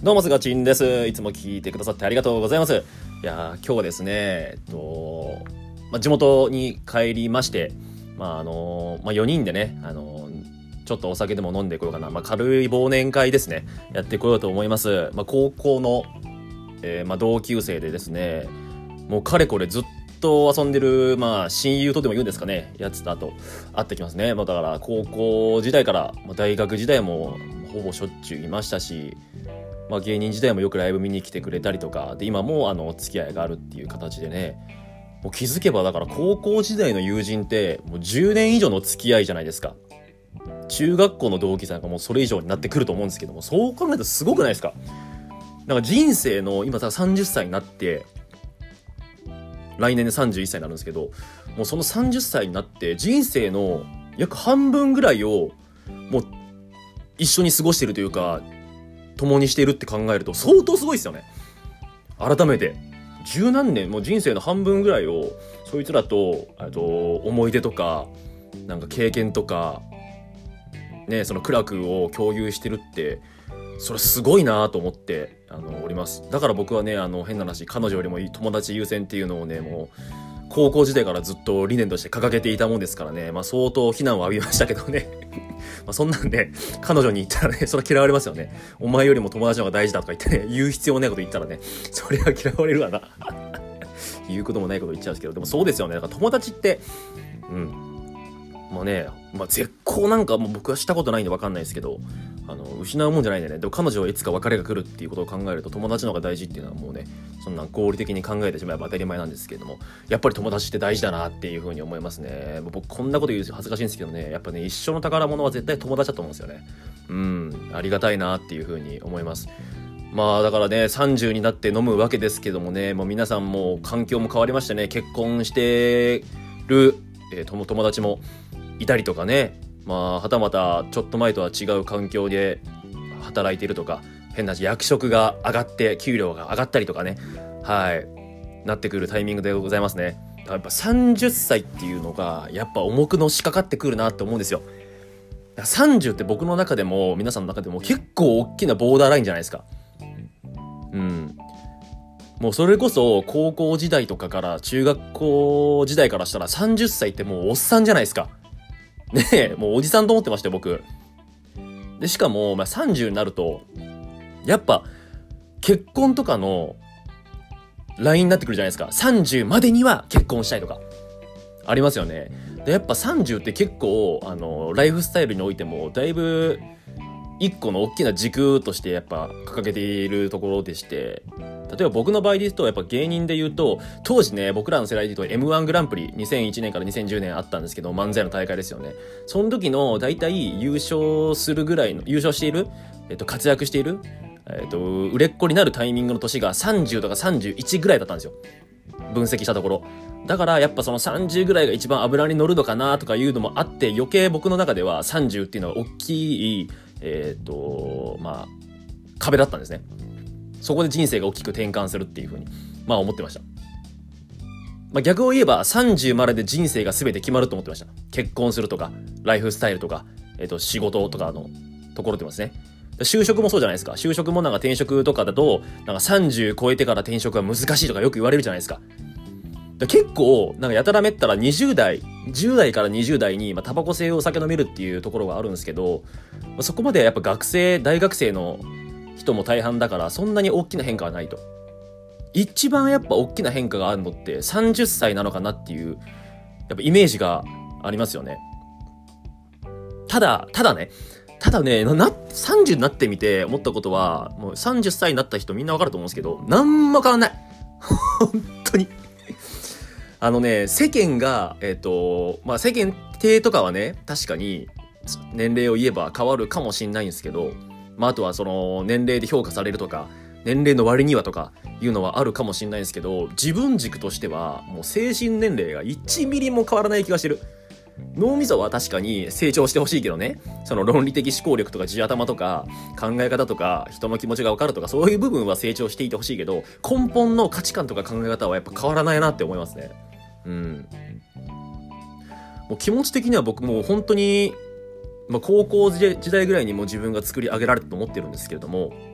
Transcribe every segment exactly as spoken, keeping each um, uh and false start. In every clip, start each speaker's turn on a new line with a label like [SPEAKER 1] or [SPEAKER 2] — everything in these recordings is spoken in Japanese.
[SPEAKER 1] どうもすがちんです。いつも聞いてくださってありがとうございます。いや今日はですね、えっと、まあ、地元に帰りまして、まああのまあ、よにんでね、あのちょっとお酒でも飲んでこようかな、まあ、軽い忘年会ですね、やってこようと思います。まあ、高校の、えーまあ、同級生でですね、もうかれこれずっと遊んでる、まあ、親友とでも言うんですかね、やつだと会ってきますね。まあ、だから高校時代から、まあ、大学時代もほぼしょっちゅういましたし、まあ、芸人時代もよくライブ見に来てくれたりとかで、今もあの付き合いがあるっていう形でね、もう気づけばだから高校時代の友人ってもうじゅうねん以上の付き合いじゃないですか。中学校の同期さんがもうそれ以上になってくると思うんですけども、そう考えるとすごくないですか。なんか人生の今さんじゅっさいになって、来年でさんじゅういっさいになるんですけど、もうそのさんじゅっさいになって人生の約半分ぐらいをもう一緒に過ごしてるというか共にしているって考えると相当すごいですよね。改めて十何年もう人生の半分ぐらいをそいつらとと思い出とかなんか経験とかね、その苦楽を共有してるってそれすごいなと思ってあのおります。だから僕はね、あの変な話、彼女よりも友達優先っていうのをね、もう高校時代からずっと理念として掲げていたもんですからね、まあ相当非難を浴びましたけどねまあそんなんで彼女に言ったらね、それは嫌われますよね。お前よりも友達の方が大事だとか言ってね、言う必要ないこと言ったらね、それは嫌われるわな言うこともないこと言っちゃうんですけど、でもそうですよね。だから友達ってうんまあね、まあ、絶交なんかもう僕はしたことないんで分かんないですけど、あの失うもんじゃないんでね。でも彼女はいつか別れが来るっていうことを考えると、友達の方が大事っていうのはもうね、そんな合理的に考えてしまえば当たり前なんですけれども、やっぱり友達って大事だなっていうふうに思いますね。僕こんなこと言う恥ずかしいんですけどね、やっぱね、一生の宝物は絶対友達だと思うんですよね。うんありがたいなっていうふうに思います。まあだからね、さんじゅうになって飲むわけですけどもね、もう皆さんも環境も変わりましてね、結婚してる、えー、友友達もいたりとかね、まあはたまたちょっと前とは違う環境で働いているとか、変な役職が上がって給料が上がったりとかね、はいなってくるタイミングでございますね。だからやっぱさんじゅっさいっていうのがやっぱ重くのしかかってくるなって思うんですよ。さんじゅうって僕の中でも皆さんの中でも結構大きなボーダーラインじゃないですか。うんもうそれこそ高校時代とかから中学校時代からしたらさんじゅっさいってもうおっさんじゃないですかねえ、もうおじさんと思ってましたよ僕。でしかも、まあ、さんじゅうになるとやっぱ結婚とかのラインになってくるじゃないですか。さんじゅうまでには結婚したいとかありますよね。でやっぱさんじゅうって結構あのライフスタイルにおいてもだいぶ一個の大きな軸としてやっぱ掲げているところでして、例えば僕の場合で言うとやっぱ芸人で言うと、当時ね僕らの世代で言うと エムワン グランプリにせんいちねんからにせんじゅうねんあったんですけど、漫才の大会ですよね。その時の大体優勝するぐらいの優勝している、えっと、活躍している、えっと、売れっ子になるタイミングの年がさんじゅうとかさんじゅういちぐらいだったんですよ、分析したところ。だからやっぱそのさんじゅうぐらいが一番油に乗るのかなとかいうのもあって、余計僕の中ではさんじゅうっていうのは大きいえっとまあ壁だったんですね。そこで人生が大きく転換するっていう風にまあ思ってました。まあ、逆を言えばさんじゅうまでで人生が全て決まると思ってました。結婚するとかライフスタイルとか、えっと仕事とかのところでますね。就職もそうじゃないですか。就職もなんか転職とかだとなんかさんじゅう超えてから転職は難しいとかよく言われるじゃないですか。だ結構なんかやたらめったらにじゅう代じゅう代からにじゅう代にまあタバコ吸いお酒飲めるっていうところがあるんですけど、まあ、そこまではやっぱ学生大学生の人も大半だからそんなに大きな変化はないと。一番やっぱ大きな変化があるのってさんじゅっさいなのかなっていうやっぱイメージがありますよね。ただただねただねなさんじゅうになってみて思ったことは、もうさんじゅっさいになった人みんなわかると思うんですけど、なんも変わんない本当にあのね、世間が、えっと、まあ、世間体とかはね、確かに年齢を言えば変わるかもしれないんですけど、まあ、あとはその年齢で評価されるとか、年齢の割にはとかいうのはあるかもしれないんですけど、自分軸としてはもう精神年齢がいちミリも変わらない気がしてる。脳みそは確かに成長してほしいけどね、その論理的思考力とか地頭とか考え方とか人の気持ちが分かるとかそういう部分は成長していてほしいけど、根本の価値観とか考え方はやっぱ変わらないなって思いますね。うんもう気持ち的には僕もう本当に、まあ、高校時代ぐらいにも自分が作り上げられたと思ってるんですけれども、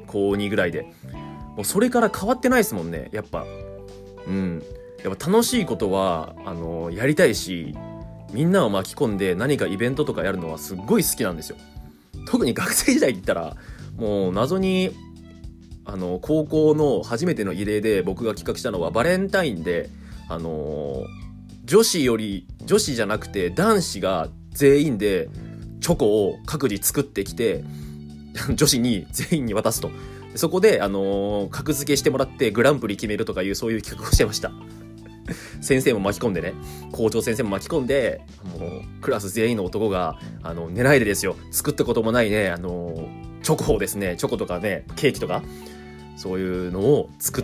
[SPEAKER 1] こうにぐらいで。もうそれから変わってないですもんね、やっぱ。うん。やっぱ楽しいことは、あの、やりたいし、みんなを巻き込んで何かイベントとかやるのはすっごい好きなんですよ。特に学生時代って言ったら、もう謎に、あの、高校の初めての異例で僕が企画したのはバレンタインで、あの、女子より、女子じゃなくて男子が全員でチョコを各自作ってきて、女子に全員に渡すと。そこで、あのー、格付けしてもらってグランプリ決めるとかいうそういう企画をしてました。先生も巻き込んでね、校長先生も巻き込んで、もうクラス全員の男が、あの、寝ないでですよ、作ったこともないね、あのー、チョコをですね、チョコとかね、ケーキとか、そういうのを作って、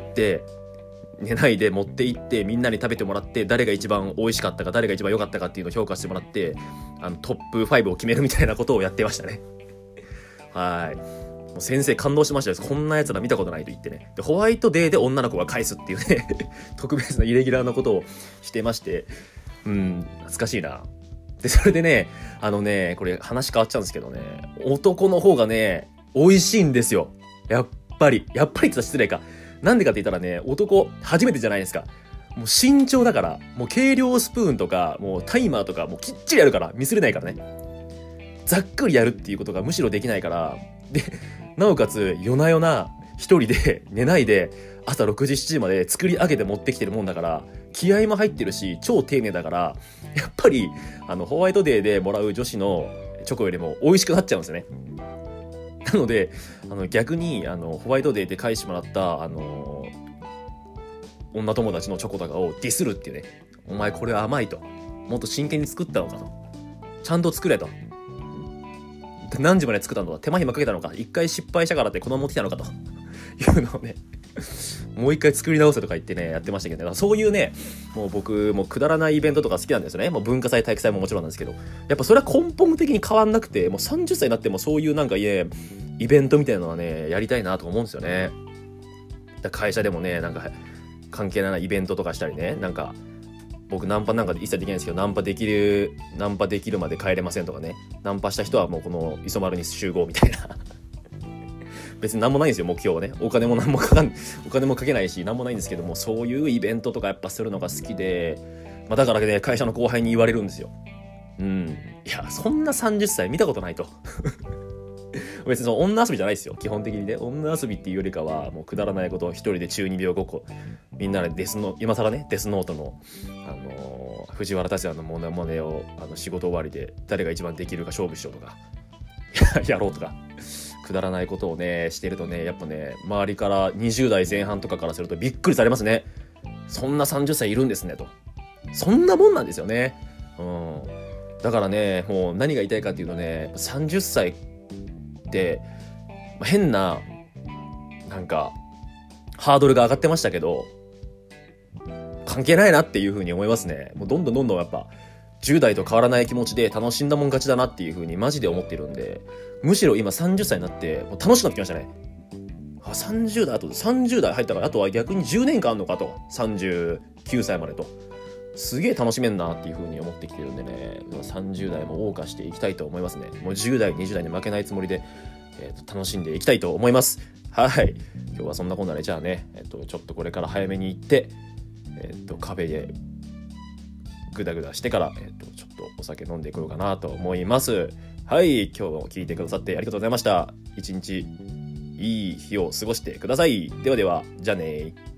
[SPEAKER 1] 寝ないで持って行ってみんなに食べてもらって、誰が一番美味しかったか誰が一番良かったかっていうのを評価してもらって、あのトップファイブを決めるみたいなことをやってましたね。はい。もう先生感動しましたよ。こんなやつら見たことないと言ってね。でホワイトデーで女の子が返すっていうね特別なイレギュラーなことをしてまして、うん、懐かしいな。でそれでね、あのね、これ話変わっちゃうんですけどね、男の方がね美味しいんですよ。やっぱりやっぱりって言ったら失礼か。なんでかって言ったらね、男初めてじゃないですか。もう慎重だから、もう計量スプーンとかもうタイマーとかもうきっちりやるから、ミスれないからね。ざっくりやるっていうことがむしろできないから、でなおかつ夜な夜な一人で寝ないで朝ろくじしちじまで作り上げて持ってきてるもんだから、気合も入ってるし超丁寧だから、やっぱりあのホワイトデーでもらう女子のチョコよりも美味しくなっちゃうんですよね。なのであの逆にあのホワイトデーで返してもらったあの女友達のチョコとかをディスるっていうね。お前これは甘いと、もっと真剣に作ったのかと、ちゃんと作れと、何時まで作ったのか、手間暇かけたのか、一回失敗したからってこのまま持ってきたのかというのをねもう一回作り直せとか言ってねやってましたけどね。そういうね、もう僕もくだらないイベントとか好きなんですよね。もう文化祭体育祭ももちろんなんですけど、やっぱそれは根本的に変わんなくて、もうさんじゅっさいになってもそういうなんかいえイベントみたいなのはねやりたいなと思うんですよね。だ会社でもね、なんか関係ないイベントとかしたりね、なんか僕ナンパなんか一切できないんですけど、ナンパできるナンパできるまで帰れませんとかね、ナンパした人はもうこの磯丸に集合みたいな別に何もないんですよ、目標はね。お金も何もかかんお金もかけないし何もないんですけども、そういうイベントとかやっぱするのが好きで、まあ、だからね会社の後輩に言われるんですよ。うん、いやそんなさんじゅっさい見たことないと別にその女遊びじゃないですよ、基本的にね。女遊びっていうよりかはもうくだらないことを一人で中二病ごっこ、みんなでデスノ今更ねデスノートの、あのー、藤原竜也のモノマネをあの仕事終わりで誰が一番できるか勝負しようとかやろうとか、くだらないことをねしてるとね、やっぱね周りからにじゅう代前半とかからするとびっくりされますね。そんなさんじゅっさいいるんですねと。そんなもんなんですよね。うん、だからね、もう何が言いたいかっていうとね、さんじゅっさいって変ななんかハードルが上がってましたけど、関係ないなっていう風に思いますね。もうどんどんどんどんやっぱじゅう代と変わらない気持ちで楽しんだもん勝ちだなっていう風にマジで思ってるんで、むしろ今さんじゅっさいになってもう楽しくなってきましたね。あさんじゅう代あとさんじゅう代入ったから、あとは逆にじゅうねんかんあんのかと、さんじゅうきゅうさいまでとすげえ楽しめんなっていう風に思ってきてるんでね、さんじゅう代も謳歌していきたいと思いますね。もうじゅう代にじゅう代に負けないつもりで、えー、と楽しんでいきたいと思います。はい、今日はそんなこんなで、じゃあね、えー、とちょっとこれから早めに行って、えー、とカフェでグダグダしてから、えー、とちょっとお酒飲んでいこうかなと思います。はい、今日も聞いてくださってありがとうございました。一日いい日を過ごしてください。ではでは、じゃあねー。